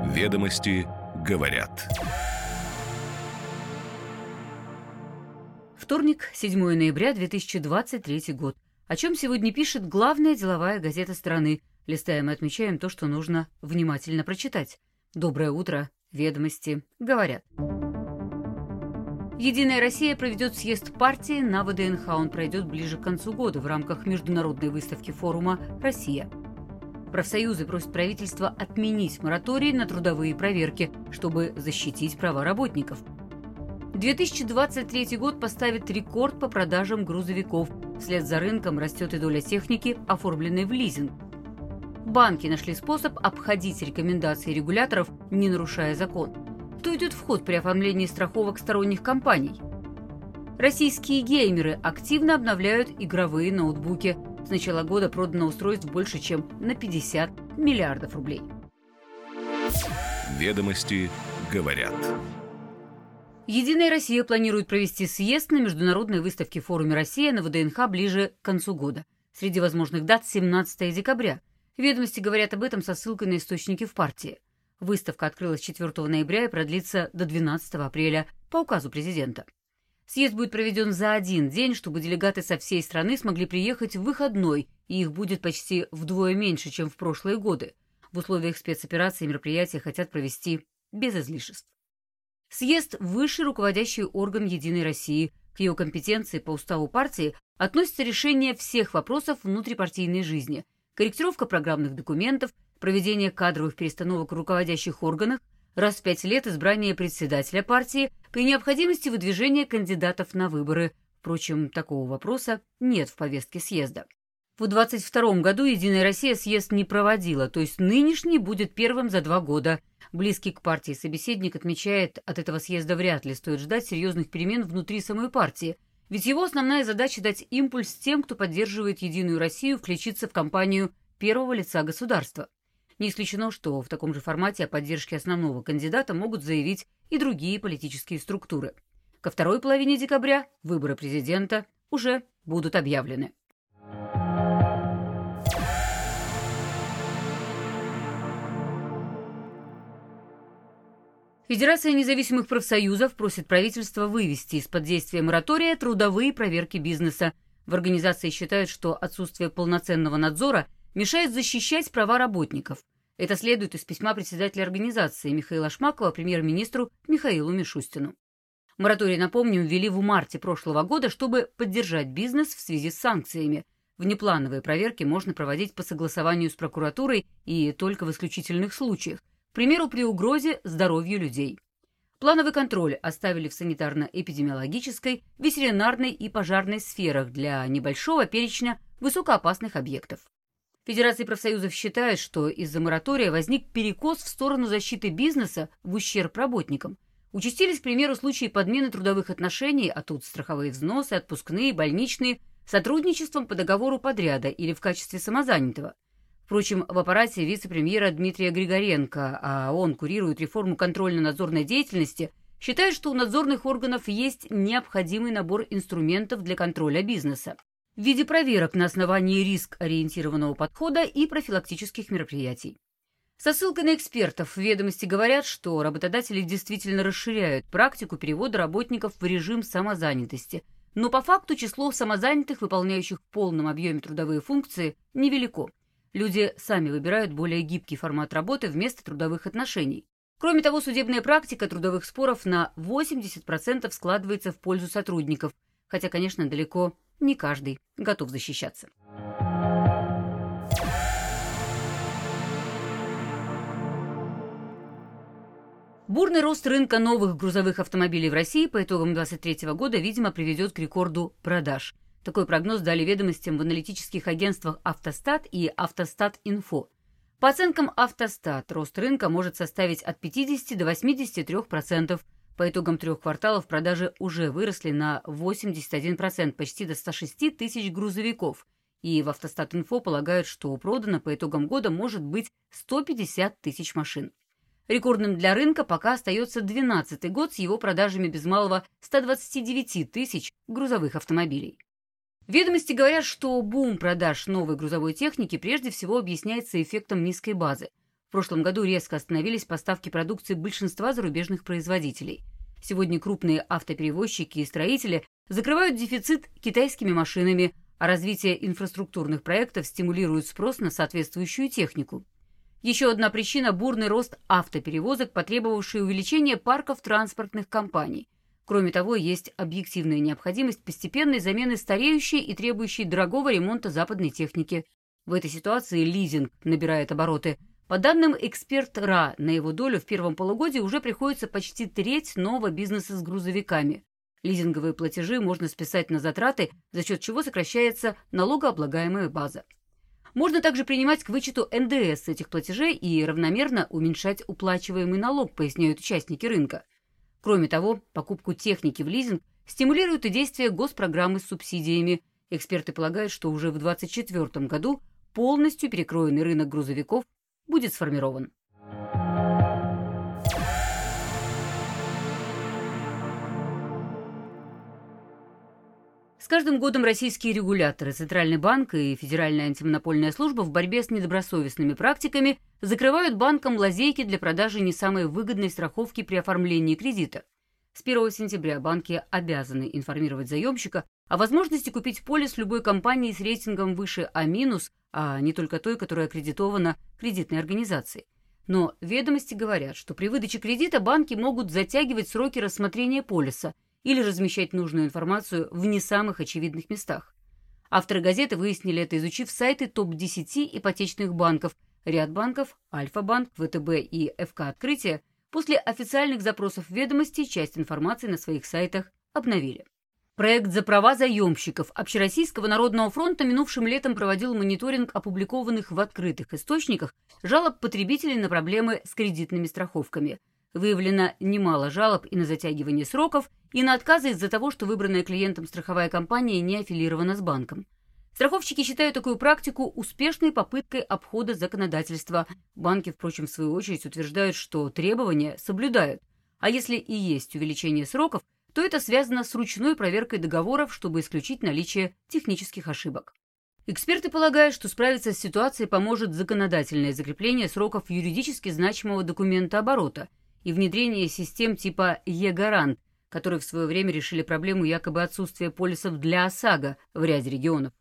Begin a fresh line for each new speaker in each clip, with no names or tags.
Ведомости говорят.
Вторник, 7 ноября 2023 год. О чем сегодня пишет главная деловая газета страны. Листаем и отмечаем то, что нужно внимательно прочитать. Доброе утро. Ведомости говорят. «Единая Россия» проведет съезд партии на ВДНХ. Он пройдет ближе к концу года в рамках международной выставки форума «Россия». Профсоюзы просят правительство отменить мораторий на трудовые проверки, чтобы защитить права работников. 2023 год поставит рекорд по продажам грузовиков. Вслед за рынком растет и доля техники, оформленной в лизинг. Банки нашли способ обходить рекомендации регуляторов, не нарушая закон. Кто идет в ход при оформлении страховок сторонних компаний? Российские геймеры активно обновляют игровые ноутбуки. С начала года продано устройств больше, чем на 50 миллиардов рублей.
Ведомости говорят.
«Единая Россия» планирует провести съезд на международной выставке форуме «Россия» на ВДНХ ближе к концу года. Среди возможных дат 17 декабря. Ведомости говорят об этом со ссылкой на источники в партии. Выставка открылась 4 ноября и продлится до 12 апреля по указу президента. Съезд будет проведен за один день, чтобы делегаты со всей страны смогли приехать в выходной, и их будет почти вдвое меньше, чем в прошлые годы. В условиях спецоперации мероприятия хотят провести без излишеств. Съезд – высший руководящий орган «Единой России». К ее компетенции по уставу партии относится решение всех вопросов внутрипартийной жизни, корректировка программных документов, проведение кадровых перестановок в руководящих органах, раз в 5 лет избрание председателя партии, при необходимости выдвижения кандидатов на выборы. Впрочем, такого вопроса нет в повестке съезда. В 2022 году «Единая Россия» съезд не проводила, то есть нынешний будет первым за 2 года. Близкий к партии собеседник отмечает, от этого съезда вряд ли стоит ждать серьезных перемен внутри самой партии, ведь его основная задача – дать импульс тем, кто поддерживает «Единую Россию», включиться в кампанию первого лица государства. Не исключено, что в таком же формате о поддержке основного кандидата могут заявить и другие политические структуры. Ко второй половине декабря выборы президента уже будут объявлены. Федерация независимых профсоюзов просит правительство вывести из-под действия моратория трудовые проверки бизнеса. В организации считают, что отсутствие полноценного надзора мешает защищать права работников. Это следует из письма председателя организации Михаила Шмакова премьер-министру Михаилу Мишустину. Мораторий, напомним, ввели в марте прошлого года, чтобы поддержать бизнес в связи с санкциями. Внеплановые проверки можно проводить по согласованию с прокуратурой и только в исключительных случаях, к примеру, при угрозе здоровью людей. Плановый контроль оставили в санитарно-эпидемиологической, ветеринарной и пожарной сферах для небольшого перечня высокоопасных объектов. Федерация профсоюзов считает, что из-за моратория возник перекос в сторону защиты бизнеса в ущерб работникам. Участились, к примеру, случаи подмены трудовых отношений, а тут страховые взносы, отпускные, больничные, сотрудничеством по договору подряда или в качестве самозанятого. Впрочем, в аппарате вице-премьера Дмитрия Григоренко, а он курирует реформу контрольно-надзорной деятельности, считает, что у надзорных органов есть необходимый набор инструментов для контроля бизнеса в виде проверок на основании риск-ориентированного подхода и профилактических мероприятий. Со ссылкой на экспертов в «Ведомости» говорят, что работодатели действительно расширяют практику перевода работников в режим самозанятости, но по факту число самозанятых, выполняющих в полном объеме трудовые функции, невелико. Люди сами выбирают более гибкий формат работы вместо трудовых отношений. Кроме того, судебная практика трудовых споров на 80% складывается в пользу сотрудников, хотя, конечно, далеко не каждый готов защищаться. Бурный рост рынка новых грузовых автомобилей в России по итогам 2023 года, видимо, приведет к рекорду продаж. Такой прогноз дали ведомостям в аналитических агентствах «Автостат» и «Автостат-Инфо». По оценкам «Автостат», рост рынка может составить от 50 до 83%. По итогам 3 кварталов продажи уже выросли на 81%, почти до 106 тысяч грузовиков. И в «Автостат-Инфо» полагают, что продано по итогам года может быть 150 тысяч машин. Рекордным для рынка пока остается 2012 год с его продажами без малого 129 тысяч грузовых автомобилей. Ведомости говорят, что бум продаж новой грузовой техники прежде всего объясняется эффектом низкой базы. В прошлом году резко остановились поставки продукции большинства зарубежных производителей. Сегодня крупные автоперевозчики и строители закрывают дефицит китайскими машинами, а развитие инфраструктурных проектов стимулирует спрос на соответствующую технику. Еще одна причина – бурный рост автоперевозок, потребовавший увеличения парков транспортных компаний. Кроме того, есть объективная необходимость постепенной замены стареющей и требующей дорогого ремонта западной техники. В этой ситуации лизинг набирает обороты. По данным «Эксперт РА», на его долю в первом полугодии уже приходится почти треть нового бизнеса с грузовиками. Лизинговые платежи можно списать на затраты, за счет чего сокращается налогооблагаемая база. Можно также принимать к вычету НДС с этих платежей и равномерно уменьшать уплачиваемый налог, поясняют участники рынка. Кроме того, покупку техники в лизинг стимулирует и действие госпрограммы с субсидиями. Эксперты полагают, что уже в 2024 году полностью перекроенный рынок грузовиков будет сформирован. С каждым годом российские регуляторы, Центральный банк и Федеральная антимонопольная служба в борьбе с недобросовестными практиками закрывают банкам лазейки для продажи не самой выгодной страховки при оформлении кредита. С 1 сентября банки обязаны информировать заемщика о возможности купить полис любой компании с рейтингом выше А-, а не только той, которая аккредитована кредитной организацией. Но ведомости говорят, что при выдаче кредита банки могут затягивать сроки рассмотрения полиса или размещать нужную информацию в не самых очевидных местах. Авторы газеты выяснили это, изучив сайты топ-10 ипотечных банков «Ряд банков», «Альфа-банк», «ВТБ» и «ФК Открытие». После официальных запросов ведомостей часть информации на своих сайтах обновили. Проект «За права заемщиков» Общероссийского народного фронта минувшим летом проводил мониторинг опубликованных в открытых источниках жалоб потребителей на проблемы с кредитными страховками. Выявлено немало жалоб и на затягивание сроков, и на отказы из-за того, что выбранная клиентом страховая компания не аффилирована с банком. Страховщики считают такую практику успешной попыткой обхода законодательства. Банки, впрочем, в свою очередь утверждают, что требования соблюдают. А если и есть увеличение сроков, то это связано с ручной проверкой договоров, чтобы исключить наличие технических ошибок. Эксперты полагают, что справиться с ситуацией поможет законодательное закрепление сроков юридически значимого документа оборота и внедрение систем типа «Е-гарант», которые в свое время решили проблему якобы отсутствия полисов для ОСАГО в ряде регионов.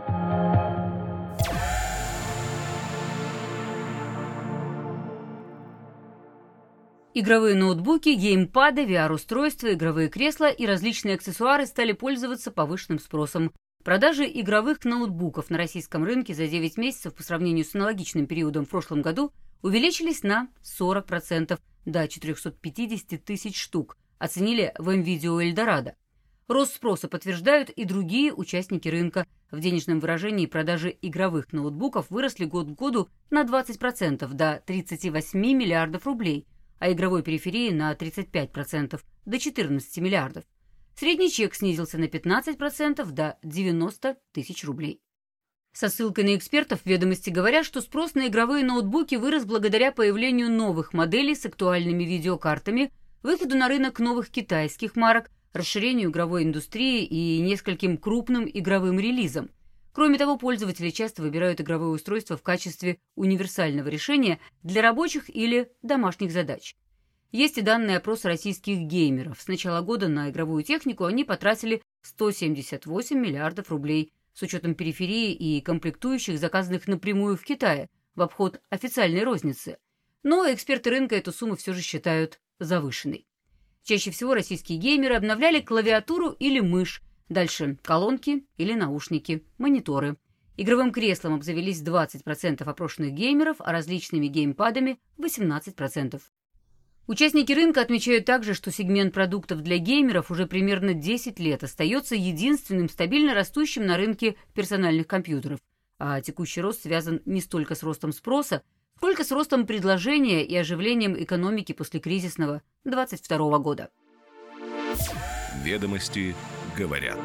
Игровые ноутбуки, геймпады, VR-устройства, игровые кресла и различные аксессуары стали пользоваться повышенным спросом. Продажи игровых ноутбуков на российском рынке за 9 месяцев по сравнению с аналогичным периодом в прошлом году увеличились на 40%, до 450 тысяч штук, оценили в МВидео Эльдорадо. Рост спроса подтверждают и другие участники рынка. В денежном выражении продажи игровых ноутбуков выросли год к году на 20%, до 38 миллиардов рублей, а игровой периферии на 35%, до 14 миллиардов. Средний чек снизился на 15%, до 90 тысяч рублей. Со ссылкой на экспертов ведомости говорят, что спрос на игровые ноутбуки вырос благодаря появлению новых моделей с актуальными видеокартами, выходу на рынок новых китайских марок, расширению игровой индустрии и нескольким крупным игровым релизам. Кроме того, пользователи часто выбирают игровое устройство в качестве универсального решения для рабочих или домашних задач. Есть и данные опроса российских геймеров. С начала года на игровую технику они потратили 178 миллиардов рублей, с учетом периферии и комплектующих, заказанных напрямую в Китае, в обход официальной розницы. Но эксперты рынка эту сумму все же считают завышенной. Чаще всего российские геймеры обновляли клавиатуру или мышь, дальше колонки или наушники, мониторы. Игровым креслом обзавелись 20% опрошенных геймеров, а различными геймпадами – 18%. Участники рынка отмечают также, что сегмент продуктов для геймеров уже примерно 10 лет остается единственным стабильно растущим на рынке персональных компьютеров, а текущий рост связан не столько с ростом спроса, сколько с ростом предложения и оживлением экономики после кризисного 2022 года.
Ведомости говорят.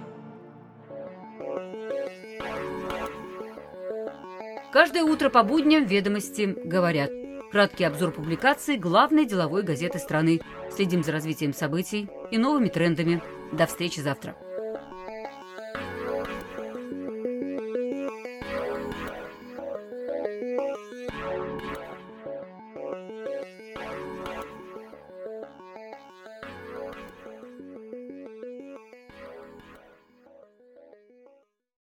Каждое утро по будням «Ведомости говорят». Краткий обзор публикаций главной деловой газеты страны. Следим за развитием событий и новыми трендами. До встречи завтра.